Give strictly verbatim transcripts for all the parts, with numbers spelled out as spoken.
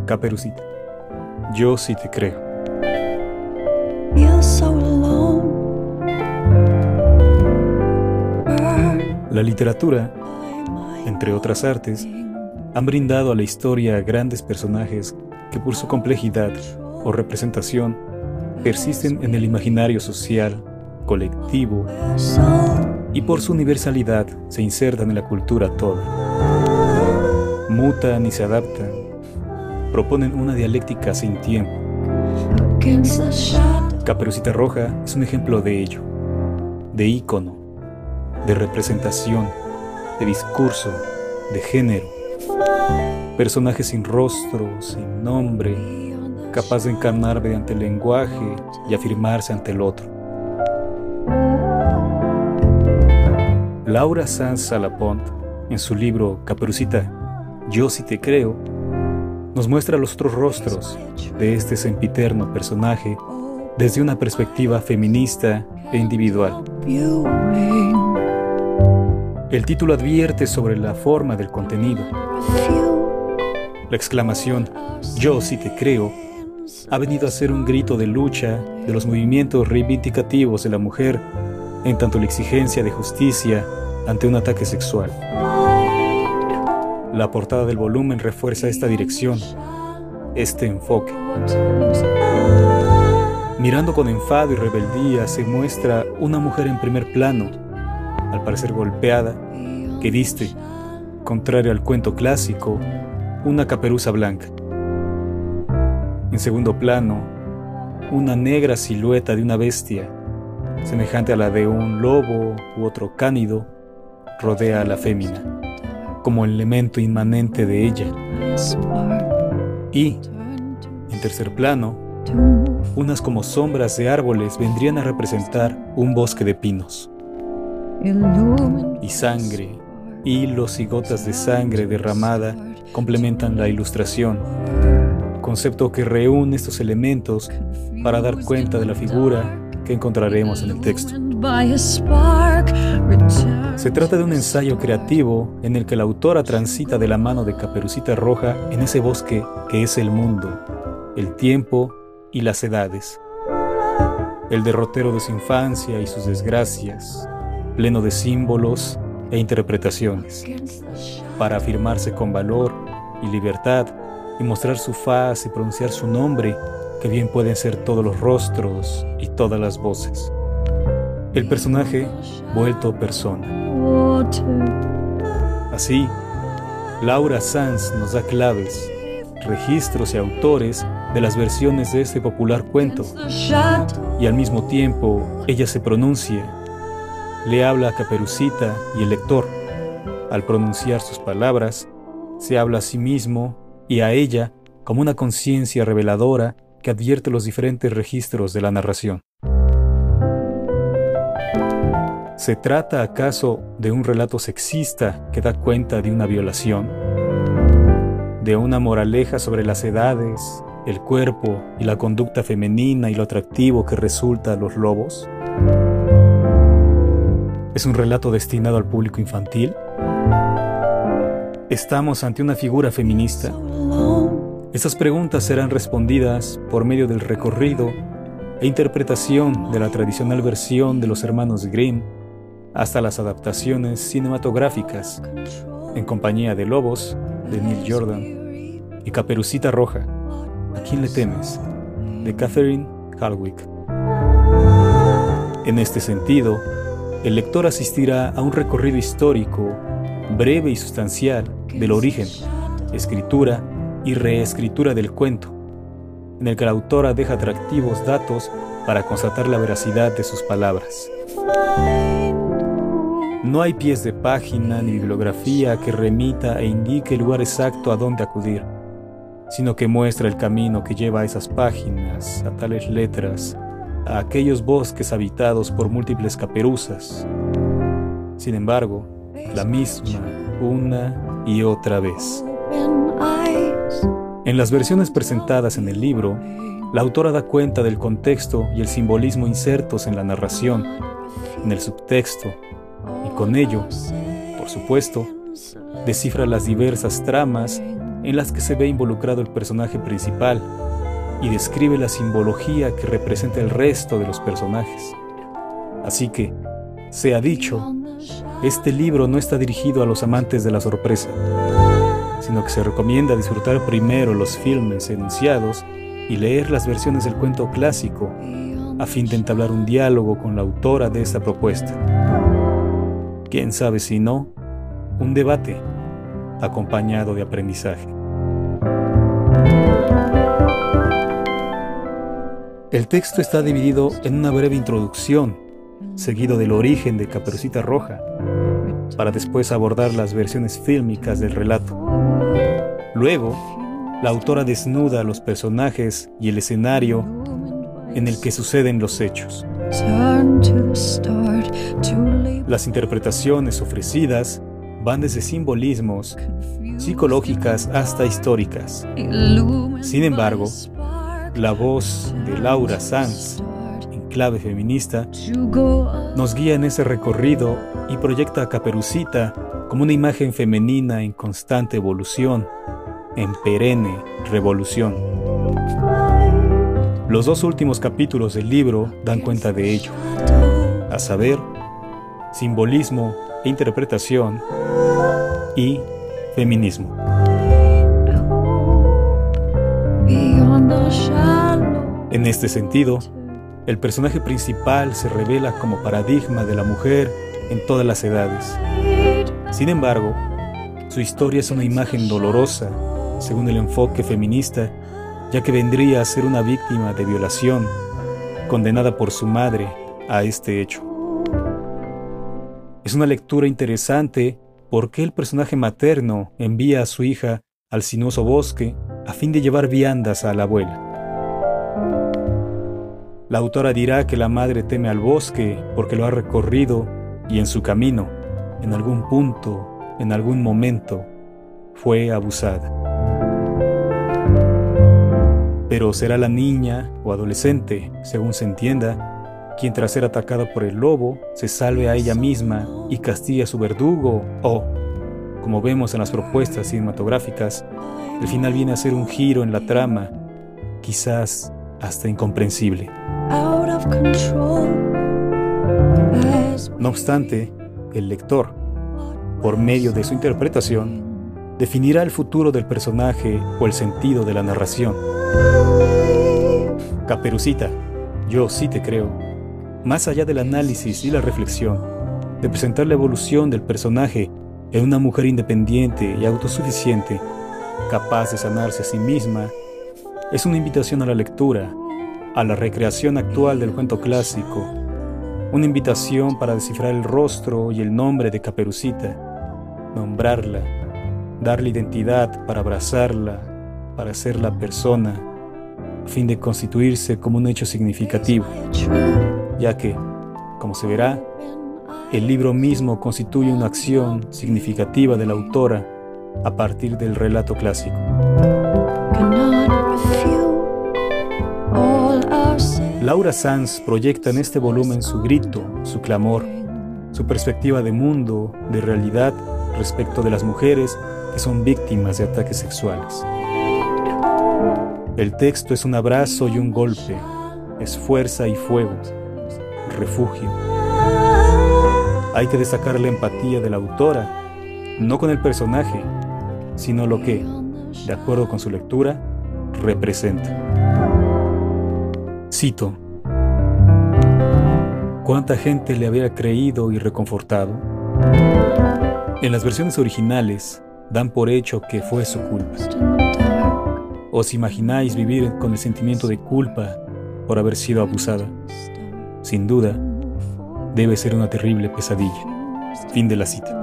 Caperucita, yo sí te creo. La literatura, entre otras artes, han brindado a la historia grandes personajes que por su complejidad o representación persisten en el imaginario social, colectivo, y por su universalidad se insertan en la cultura toda. Mutan y se adaptan, proponen una dialéctica sin tiempo. Caperucita Roja es un ejemplo de ello, de ícono, de representación, de discurso, de género. Personaje sin rostro, sin nombre, capaz de encarnar mediante el lenguaje y afirmarse ante el otro. Laura Sanz Salapont, en su libro Caperucita, yo sí te creo, nos muestra los otros rostros de este sempiterno personaje desde una perspectiva feminista e individual. El título advierte sobre la forma del contenido. La exclamación yo sí te creo ha venido a ser un grito de lucha de los movimientos reivindicativos de la mujer en tanto la exigencia de justicia ante un ataque sexual. La portada del volumen refuerza esta dirección, este enfoque. Mirando con enfado y rebeldía se muestra una mujer en primer plano, al parecer golpeada, que viste, contrario al cuento clásico, una caperuza blanca. En segundo plano, una negra silueta de una bestia, semejante a la de un lobo u otro cánido, rodea a la fémina, como elemento inmanente de ella. Y, en tercer plano, unas como sombras de árboles vendrían a representar un bosque de pinos. Y sangre, hilos y gotas de sangre derramada complementan la ilustración, concepto que reúne estos elementos para dar cuenta de la figura que encontraremos en el texto. Se trata de un ensayo creativo en el que la autora transita de la mano de Caperucita Roja en ese bosque que es el mundo, el tiempo y las edades. El derrotero de su infancia y sus desgracias, pleno de símbolos e interpretaciones, para afirmarse con valor y libertad y mostrar su faz y pronunciar su nombre, que bien pueden ser todos los rostros y todas las voces. El personaje vuelto persona. Así, Laura Sanz nos da claves, registros y autores de las versiones de este popular cuento, y al mismo tiempo ella se pronuncia, le habla a Caperucita y el lector. Al pronunciar sus palabras, se habla a sí mismo y a ella como una conciencia reveladora que advierte los diferentes registros de la narración. ¿Se trata acaso de un relato sexista que da cuenta de una violación? ¿De una moraleja sobre las edades, el cuerpo y la conducta femenina y lo atractivo que resulta a los lobos? ¿Es un relato destinado al público infantil? ¿Estamos ante una figura feminista? Estas preguntas serán respondidas por medio del recorrido e interpretación de la tradicional versión de los hermanos Grimm hasta las adaptaciones cinematográficas en compañía de Lobos, de Neil Jordan, y Caperucita Roja, ¿A quién le temes?, de Catherine Hardwicke. En este sentido, el lector asistirá a un recorrido histórico, breve y sustancial, del origen, escritura y reescritura del cuento, en el que la autora deja atractivos datos para constatar la veracidad de sus palabras. No hay pies de página ni bibliografía que remita e indique el lugar exacto a donde acudir, sino que muestra el camino que lleva a esas páginas, a tales letras, a aquellos bosques habitados por múltiples caperuzas. Sin embargo, la misma una y otra vez. En las versiones presentadas en el libro, la autora da cuenta del contexto y el simbolismo insertos en la narración, en el subtexto, y con ello, por supuesto, descifra las diversas tramas en las que se ve involucrado el personaje principal y describe la simbología que representa el resto de los personajes. Así que, sea dicho, este libro no está dirigido a los amantes de la sorpresa, sino que se recomienda disfrutar primero los filmes enunciados y leer las versiones del cuento clásico a fin de entablar un diálogo con la autora de esta propuesta. Quién sabe si no, un debate acompañado de aprendizaje. El texto está dividido en una breve introducción, seguido del origen de Caperucita Roja, para después abordar las versiones fílmicas del relato. Luego, la autora desnuda a los personajes y el escenario en el que suceden los hechos. Las interpretaciones ofrecidas van desde simbolismos, psicológicas hasta históricas. Sin embargo, la voz de Laura Sanz, en clave feminista, nos guía en ese recorrido y proyecta a Caperucita como una imagen femenina en constante evolución, en perenne revolución. Los dos últimos capítulos del libro dan cuenta de ello, a saber, simbolismo e interpretación y feminismo. En este sentido, el personaje principal se revela como paradigma de la mujer en todas las edades. Sin embargo, su historia es una imagen dolorosa, según el enfoque feminista, ya que vendría a ser una víctima de violación, condenada por su madre a este hecho. Es una lectura interesante porque el personaje materno envía a su hija al sinuoso bosque a fin de llevar viandas a la abuela. La autora dirá que la madre teme al bosque porque lo ha recorrido y en su camino, en algún punto, en algún momento, fue abusada. Pero será la niña o adolescente, según se entienda, quien tras ser atacada por el lobo se salve a ella misma y castigue a su verdugo o, como vemos en las propuestas cinematográficas, el final viene a ser un giro en la trama, quizás hasta incomprensible. No obstante, el lector, por medio de su interpretación, definirá el futuro del personaje o el sentido de la narración. Caperucita, yo sí te creo, más allá del análisis y la reflexión, de presentar la evolución del personaje en una mujer independiente y autosuficiente, capaz de sanarse a sí misma, es una invitación a la lectura, a la recreación actual del cuento clásico, una invitación para descifrar el rostro y el nombre de Caperucita, nombrarla, darle identidad para abrazarla, para hacerla persona, a fin de constituirse como un hecho significativo, ya que, como se verá, el libro mismo constituye una acción significativa de la autora a partir del relato clásico. Laura Sanz proyecta en este volumen su grito, su clamor, su perspectiva de mundo, de realidad respecto de las mujeres que son víctimas de ataques sexuales. El texto es un abrazo y un golpe, es fuerza y fuego, refugio. Hay que destacar la empatía de la autora, no con el personaje, sino lo que, de acuerdo con su lectura, representa. Cito: ¿cuánta gente le había creído y reconfortado? En las versiones originales dan por hecho que fue su culpa. ¿Os imagináis vivir con el sentimiento de culpa por haber sido abusada? Sin duda, debe ser una terrible pesadilla. Fin de la cita.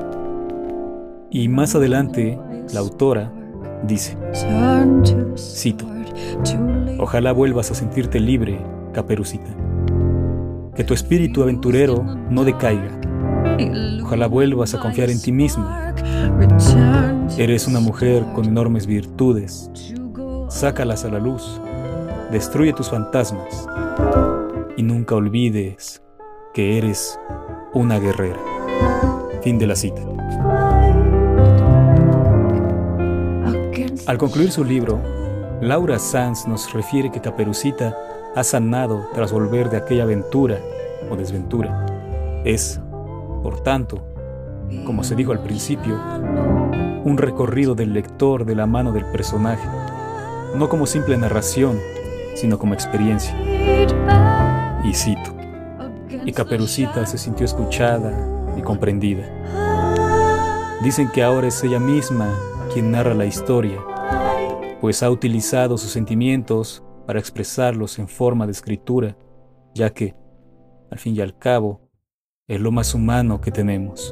Y más adelante, la autora dice, cito: ojalá vuelvas a sentirte libre, Caperucita. Que tu espíritu aventurero no decaiga. Ojalá vuelvas a confiar en ti misma. Eres una mujer con enormes virtudes. Sácalas a la luz. Destruye tus fantasmas. Y nunca olvides que eres una guerrera. Fin de la cita. Al concluir su libro, Laura Sanz nos refiere que Caperucita ha sanado tras volver de aquella aventura o desventura. Es, por tanto, como se dijo al principio, un recorrido del lector de la mano del personaje, no como simple narración, sino como experiencia. Y cito: y Caperucita se sintió escuchada y comprendida. Dicen que ahora es ella misma quien narra la historia, pues ha utilizado sus sentimientos para expresarlos en forma de escritura, ya que, al fin y al cabo, es lo más humano que tenemos.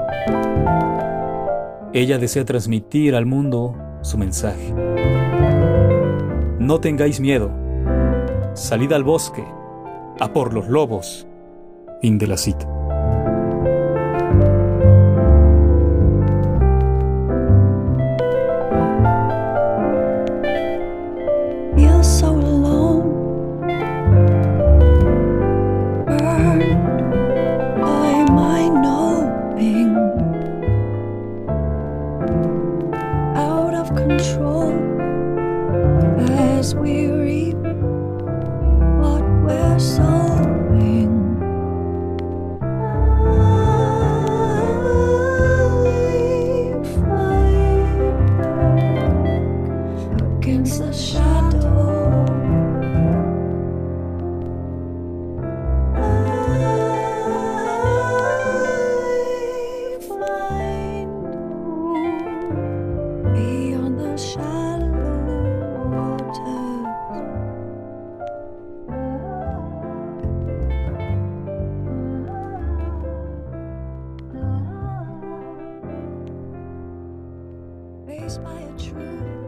Ella desea transmitir al mundo su mensaje. No tengáis miedo. Salid al bosque, a por los lobos. Fin de la cita. Feel so alone, burned by my knowing, out of control as we reap what we're sowing. I fight back against the shadow. Beyond the shallow waters, faced by a truth